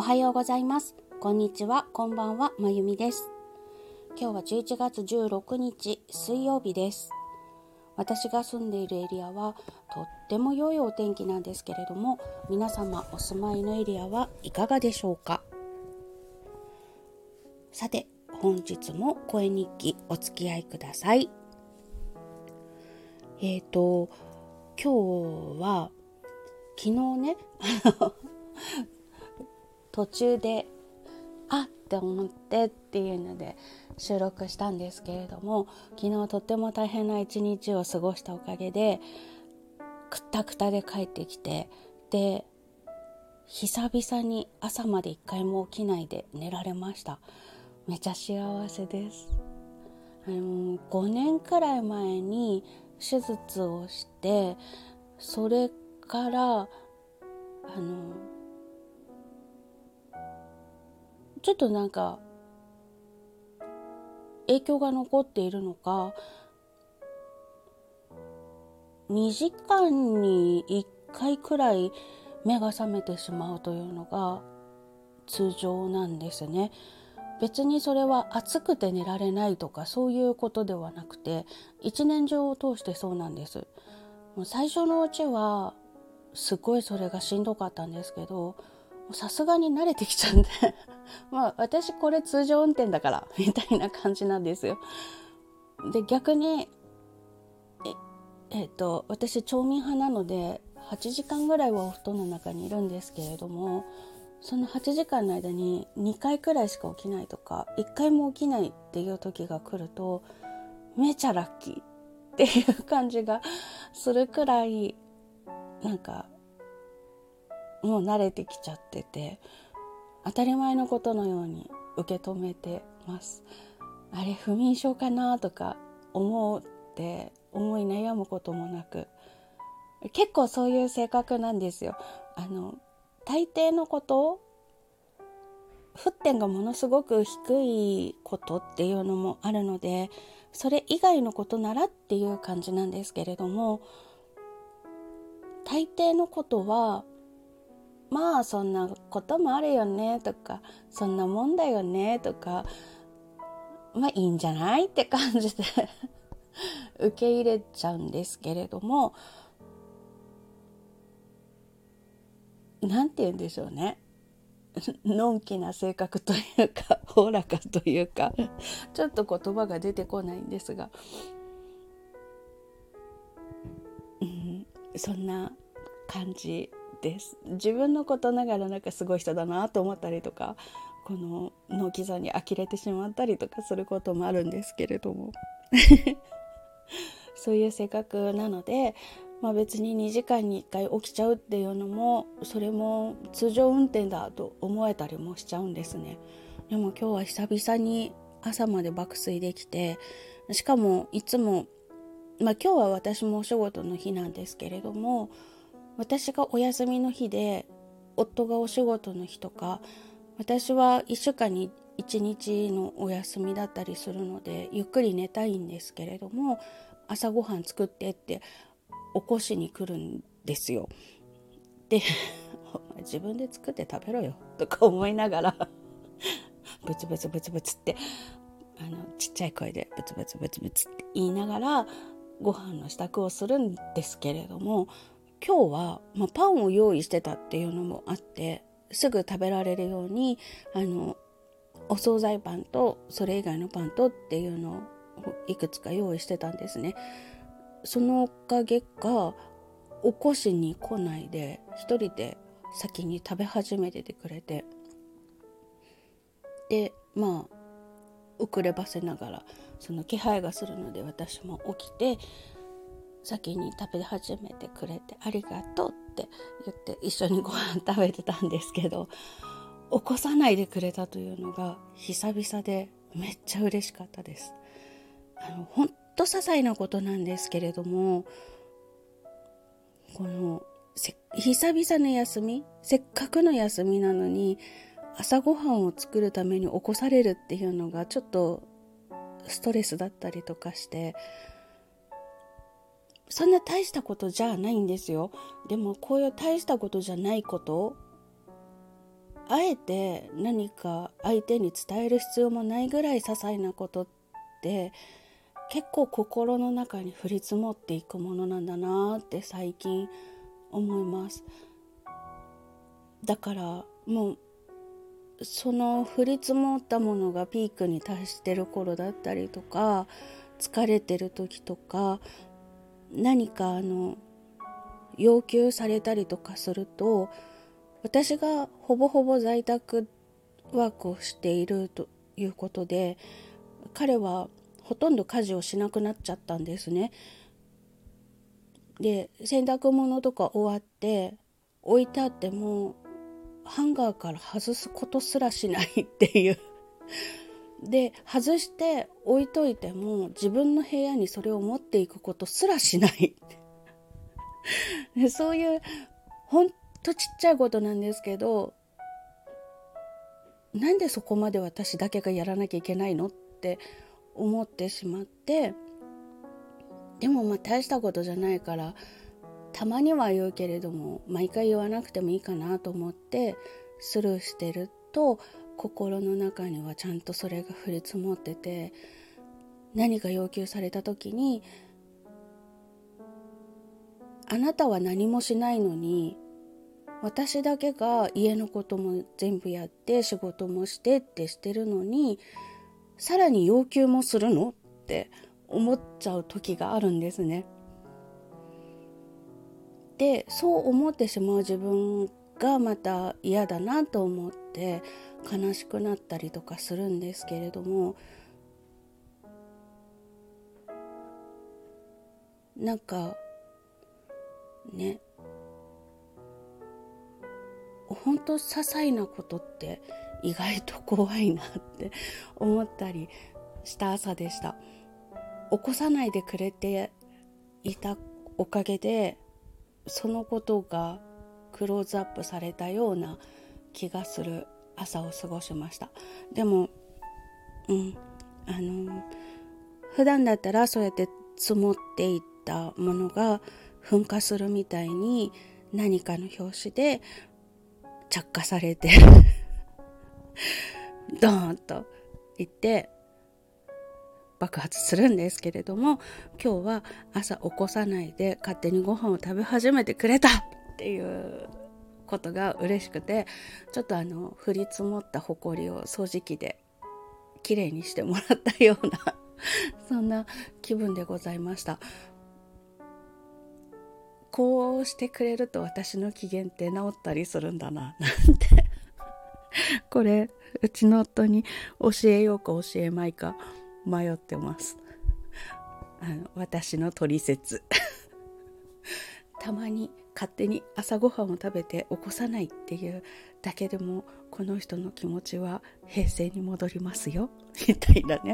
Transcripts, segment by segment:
おはようございます。こんにちは、こんばんは、まゆみです。今日は11月16日水曜日です。私が住んでいるエリアはとっても良いお天気なんですけれども、皆様お住まいのエリアはいかがでしょうか。さて、本日も声日記お付き合いください。今日は昨日ね途中でって思ってっていうので収録したんですけれども、昨日とっても大変な一日を過ごしたおかげでくったくたで帰ってきて、で久々に朝まで一回も起きないで寝られました。めちゃ幸せです。5年くらい前に手術をして、それからちょっとなんか影響が残っているのか、2時間に1回くらい目が覚めてしまうというのが通常なんですね。別にそれは暑くて寝られないとかそういうことではなくて、一年中を通してそうなんです。もう最初のうちはすごいそれがしんどかったんですけど、さすがに慣れてきちゃうんで私これ通常運転だからみたいな感じなんですよ。で逆に私長眠派なので8時間ぐらいはお布団の中にいるんですけれども、その8時間の間に2回くらいしか起きないとか1回も起きないっていう時が来ると、めちゃラッキーっていう感じがするくらい、なんかもう慣れてきちゃってて、当たり前のことのように受け止めてます。あれ不眠症かなとか思い悩むこともなく、結構そういう性格なんですよ。大抵のこと沸点がものすごく低いことっていうのもあるので、それ以外のことならっていう感じなんですけれども、大抵のことはまあそんなこともあるよねとか、そんなもんだよねとか、まあいいんじゃないって感じで受け入れちゃうんですけれども、なんて言うんでしょうね、のんきな性格というかおおらかというかちょっと言葉が出てこないんですが、そんな感じです。自分のことながらなんかすごい人だなと思ったりとか、この脳きざに呆れてしまったりとかすることもあるんですけれどもそういう性格なので、別に2時間に1回起きちゃうっていうのも、それも通常運転だと思えたりもしちゃうんですね。でも今日は久々に朝まで爆睡できて、しかもいつも今日は私もお仕事の日なんですけれども、私がお休みの日で夫がお仕事の日とか、私は1週間に1日のお休みだったりするのでゆっくり寝たいんですけれども、朝ごはん作ってって起こしに来るんですよ。で自分で作って食べろよとか思いながらブツブツブツブツってちっちゃい声でブツブツブツブツって言いながらご飯の支度をするんですけれども、今日は、パンを用意してたっていうのもあって、すぐ食べられるようにお惣菜パンとそれ以外のパンとっていうのをいくつか用意してたんですね。そのおかげか起こしに来ないで一人で先に食べ始めててくれて、で遅ればせながらその気配がするので私も起きて先に食べ始めてくれて、ありがとうって言って一緒にご飯食べてたんですけど、起こさないでくれたというのが久々でめっちゃ嬉しかったです。ほんと些細なことなんですけれども、この久々の休み、せっかくの休みなのに朝ごはんを作るために起こされるっていうのがちょっとストレスだったりとかして、そんな大したことじゃないんですよ。でもこういう大したことじゃないこと、 あえて何か相手に伝える必要もないぐらい些細なことって結構心の中に降り積もっていくものなんだなって最近思います。だからもうその降り積もったものがピークに達してる頃だったりとか、疲れてる時とか、何か要求されたりとかすると、私がほぼほぼ在宅ワークをしているということで、彼はほとんど家事をしなくなっちゃったんですね。で、洗濯物とか終わって置いてあってもハンガーから外すことすらしないっていうで、外して置いといても自分の部屋にそれを持っていくことすらしないで、そういうほんとちっちゃいことなんですけど、なんでそこまで私だけがやらなきゃいけないのって思ってしまって、でも大したことじゃないからたまには言うけれども毎回言わなくてもいいかなと思ってスルーしてると、心の中にはちゃんとそれが降り積もってて、何か要求された時に、あなたは何もしないのに私だけが家のことも全部やって仕事もしてってしてるのに、さらに要求もするのって思っちゃう時があるんですね。で、そう思ってしまう自分がまた嫌だなと思って悲しくなったりとかするんですけれども、なんかね、本当些細なことって意外と怖いなって思ったりした朝でした。起こさないでくれていたおかげでそのことがクローズアップされたような気がする朝を過ごしました。でも普段だったらそうやって積もっていったものが噴火するみたいに何かの拍子で着火されてドーンといって爆発するんですけれども、今日は朝起こさないで勝手にご飯を食べ始めてくれたっていうことが嬉しくて、ちょっと降り積もった埃を掃除機できれいにしてもらったようなそんな気分でございました。こうしてくれると私の機嫌って治ったりするんだななんてこれうちの夫に教えようか教えまいか迷ってます。私のトリセツたまに勝手に朝ごはんを食べて起こさないっていうだけでもこの人の気持ちは平静に戻りますよみたいなね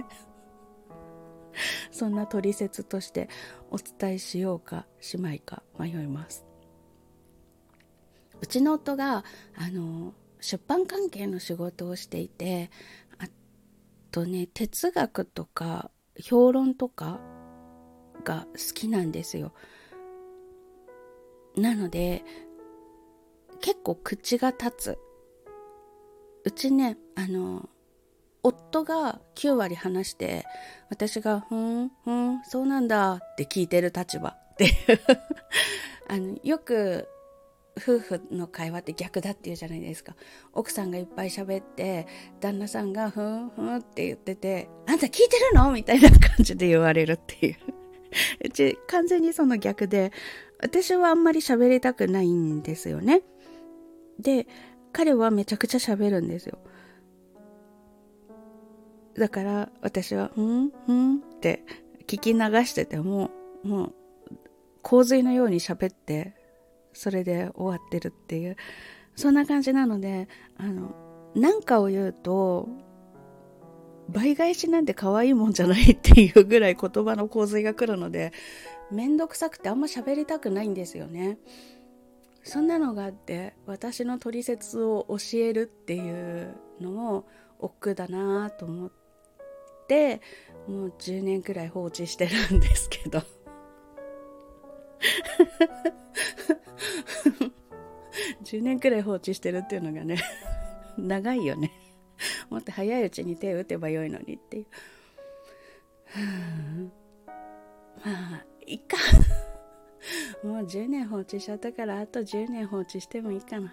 そんなトリセツとしてお伝えしようかしまいか迷います。うちの夫が出版関係の仕事をしていて、あとね、哲学とか評論とかが好きなんですよ。なので結構口が立つ。うちね、夫が9割話して私がそうなんだって聞いてる立場っていうよく夫婦の会話って逆だっていうじゃないですか。奥さんがいっぱい喋って旦那さんがふんって言ってて、あんた聞いてるのみたいな感じで言われるっていううち完全にその逆で、私はあんまり喋りたくないんですよね。で、彼はめちゃくちゃ喋るんですよ。だから私はって聞き流してても、もう洪水のように喋ってそれで終わってるっていう、そんな感じなので、何かを言うと倍返しなんて可愛いもんじゃないっていうぐらい言葉の洪水が来るので、めんどくさくてあんま喋りたくないんですよね。そんなのがあって、私のトリセツを教えるっていうのも億劫だなと思って、もう10年くらい放置してるんですけど10年くらい放置してるっていうのがね長いよね。もっと早いうちに手を打てばよいのにっていう。まあいいか。もう10年放置しちゃったから、あと10年放置してもいいかな。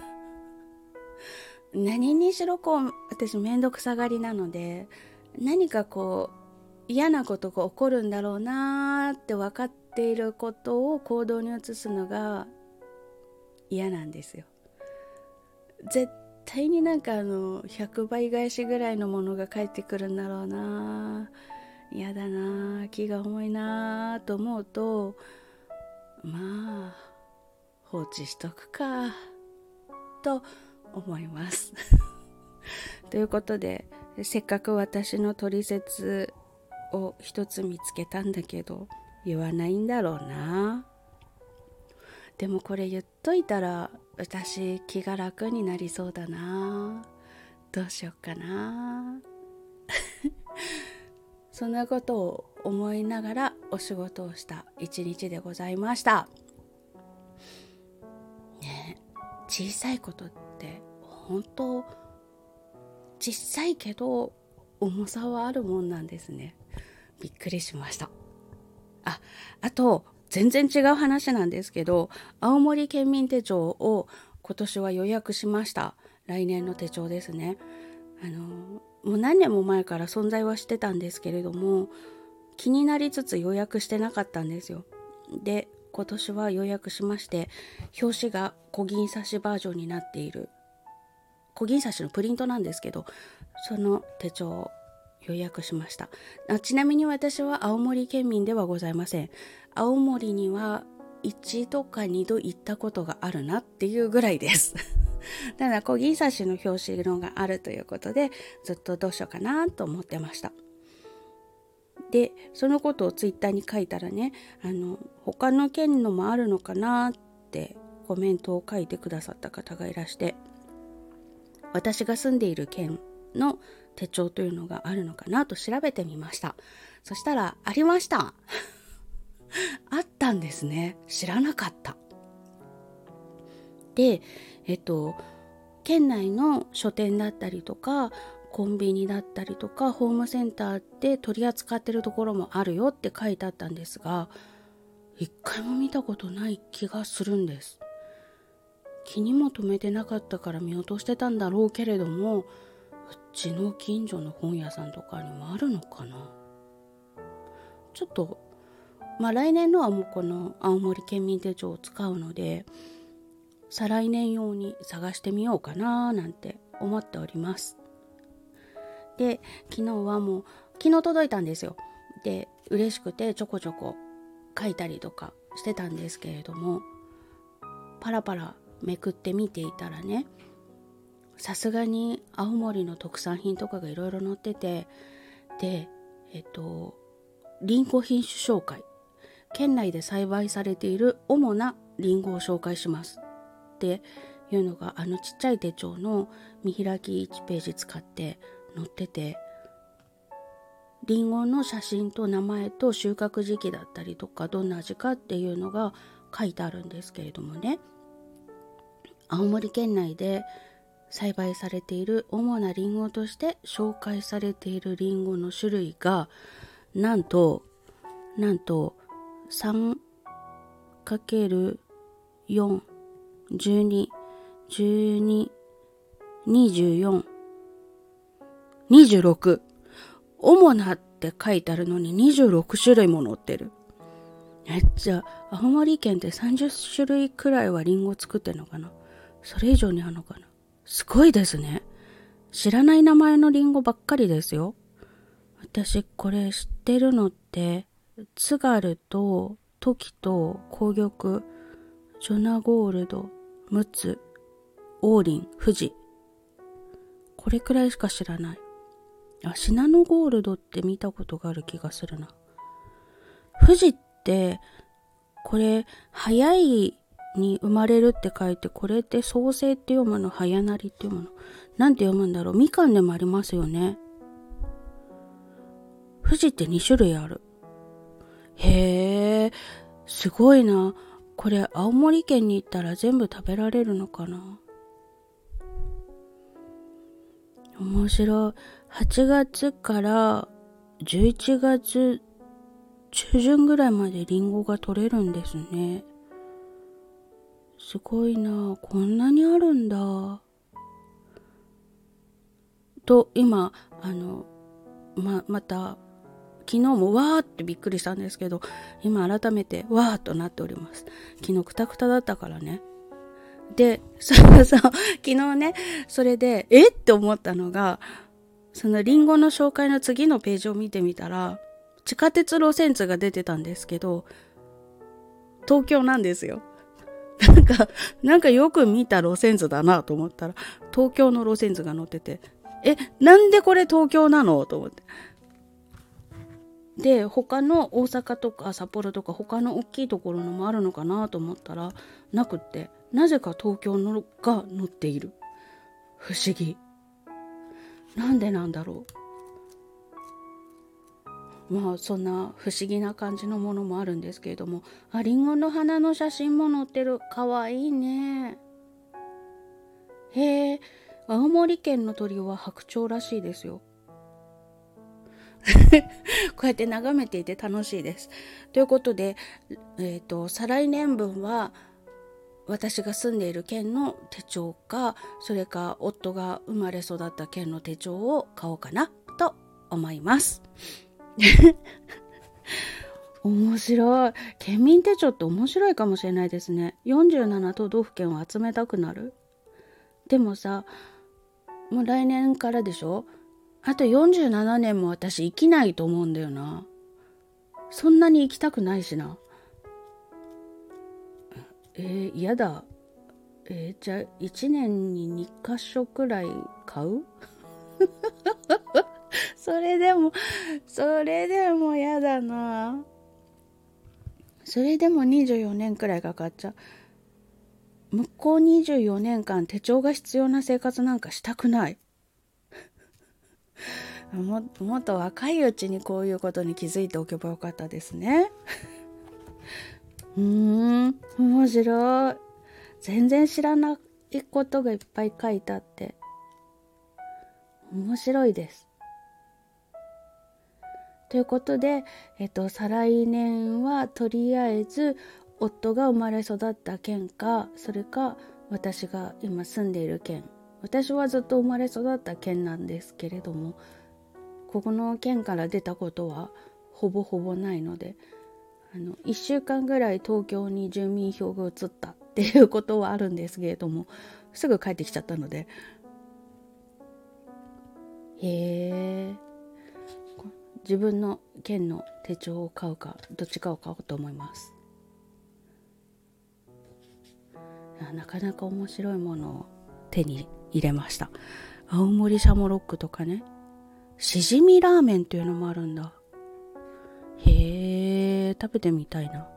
何にしろ私めんどくさがりなので、何か嫌なことが起こるんだろうなって分かっていることを行動に移すのが嫌なんですよ。絶対に100倍返しぐらいのものが返ってくるんだろうな、嫌だな、気が重いなと思うと、まあ放置しとくかと思いますということで、せっかく私のトリセツを一つ見つけたんだけど言わないんだろうな。でもこれ言っといたら私気が楽になりそうだな。どうしよっかなそんなことを思いながらお仕事をした一日でございましたね。小さいことって本当小さいけど重さはあるもんなんですね。びっくりしました。あと全然違う話なんですけど、青森県民手帳を今年は予約しました。来年の手帳ですね。もう何年も前から存在はしてたんですけれども、気になりつつ予約してなかったんですよ。で、今年は予約しまして、表紙が小銀刺しバージョンになっている、小銀刺しのプリントなんですけど、その手帳を予約しました。ちなみに私は青森県民ではございません。青森には1度か2度行ったことがあるなっていうぐらいですただ小銀刺しの表紙のがあるということで、ずっとどうしようかなと思ってました。で、そのことをツイッターに書いたらね、他の県のもあるのかなってコメントを書いてくださった方がいらして、私が住んでいる県の手帳というのがあるのかなと調べてみました。そしたらありましたあったんですね。知らなかった。で、県内の書店だったりとかコンビニだったりとかホームセンターで取り扱ってるところもあるよって書いてあったんですが、一回も見たことない気がするんです。気にも留めてなかったから見落としてたんだろうけれども、うちの近所の本屋さんとかにもあるのかな。ちょっと来年のはもうこの青森県民手帳を使うので、再来年用に探してみようかななんて思っております。で、昨日届いたんですよ。で、嬉しくてちょこちょこ書いたりとかしてたんですけれども、パラパラめくって見ていたらね、さすがに青森の特産品とかがいろいろ載ってて、で、リンゴ品種紹介、県内で栽培されている主なリンゴを紹介しますっていうのが、ちっちゃい手帳の見開き1ページ使って載ってて、リンゴの写真と名前と収穫時期だったりとかどんな味かっていうのが書いてあるんですけれどもね、青森県内で栽培されている主なリンゴとして紹介されているリンゴの種類がなんと 3×4 12 12 24 26、主なって書いてあるのに26種類も載ってる。じゃあ青森県って30種類くらいはリンゴ作ってんのかな。それ以上にあるのかな。すごいですね。知らない名前のリンゴばっかりですよ。私これ知ってるのって津軽とトキと紅玉、ジョナゴールド、陸奥、王林、富士、これくらいしか知らない。シナノゴールドって見たことがある気がするな。富士ってこれ早いに生まれるって書いて、これって創生って読むの、早なりって読むの、なんて読むんだろう。みかんでもありますよね。富士って2種類ある。へえ、すごいな。これ青森県に行ったら全部食べられるのかな。 面白い。8月から11月中旬ぐらいまでリンゴが取れるんですね。すごいな、こんなにあるんだ。と、今、また、昨日もわーってびっくりしたんですけど、今改めてわーっとなっております。昨日クタクタだったからね。で、昨日ね、それで、って思ったのが、そのリンゴの紹介の次のページを見てみたら、地下鉄路線図が出てたんですけど、東京なんですよ。なんかよく見た路線図だなと思ったら、東京の路線図が載ってて、なんでこれ東京なのと思って。で、他の大阪とか札幌とか他の大きいところのもあるのかなと思ったら、なくって、なぜか東京のが載っている。不思議。なんでなんだろう。まあそんな不思議な感じのものもあるんですけれども、リンゴの花の写真も載ってる。かわいいね。へえ、青森県の鳥は白鳥らしいですよ。こうやって眺めていて楽しいです。ということで、再来年分は私が住んでいる県の手帳か、それか夫が生まれ育った県の手帳を買おうかなと思います。面白い。県民手帳って面白いかもしれないですね。47都道府県を集めたくなる。でもさ、もう来年からでしょ？あと47年も私生きないと思うんだよな。そんなに生きたくないしな。嫌だ。じゃあ1年に2箇所くらい買う？それでも嫌だな。それでも24年くらいかかっちゃう。向こう24年間手帳が必要な生活なんかしたくない。もっと若いうちにこういうことに気づいておけばよかったですね。面白い。全然知らないことがいっぱい書いてあって面白いです。ということで、再来年はとりあえず夫が生まれ育った県か、それか私が今住んでいる県、私はずっと生まれ育った県なんですけれども、ここの県から出たことはほぼほぼないので、1週間ぐらい東京に住民票が移ったっていうことはあるんですけれども、すぐ帰ってきちゃったので、自分の県の手帳を買うかどっちかを買おうと思います。なかなか面白いものを手に入れました。青森シャモロックとかね、しじみラーメンっていうのもあるんだ。食べてみたいな。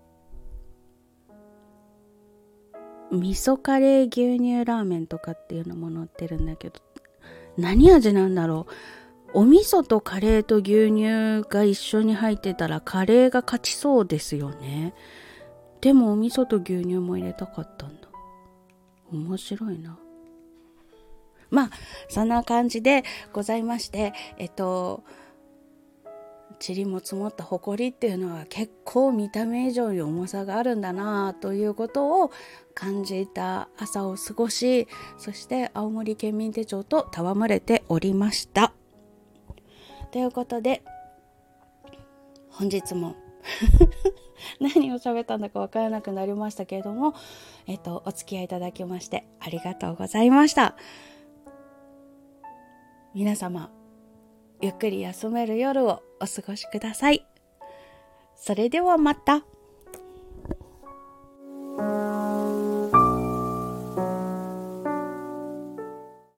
味噌カレー牛乳ラーメンとかっていうのも載ってるんだけど、何味なんだろう。お味噌とカレーと牛乳が一緒に入ってたらカレーが勝ちそうですよね。でもお味噌と牛乳も入れたかったんだ。面白いな。まあそんな感じでございまして、塵も積もった埃っていうのは結構見た目以上に重さがあるんだなということを感じた朝を過ごし、そして青森県民手帳と戯れておりました。ということで本日も何を喋ったんだかわからなくなりましたけれども、お付き合いいただきましてありがとうございました。皆様ゆっくり休める夜をお過ごしください。それではまた。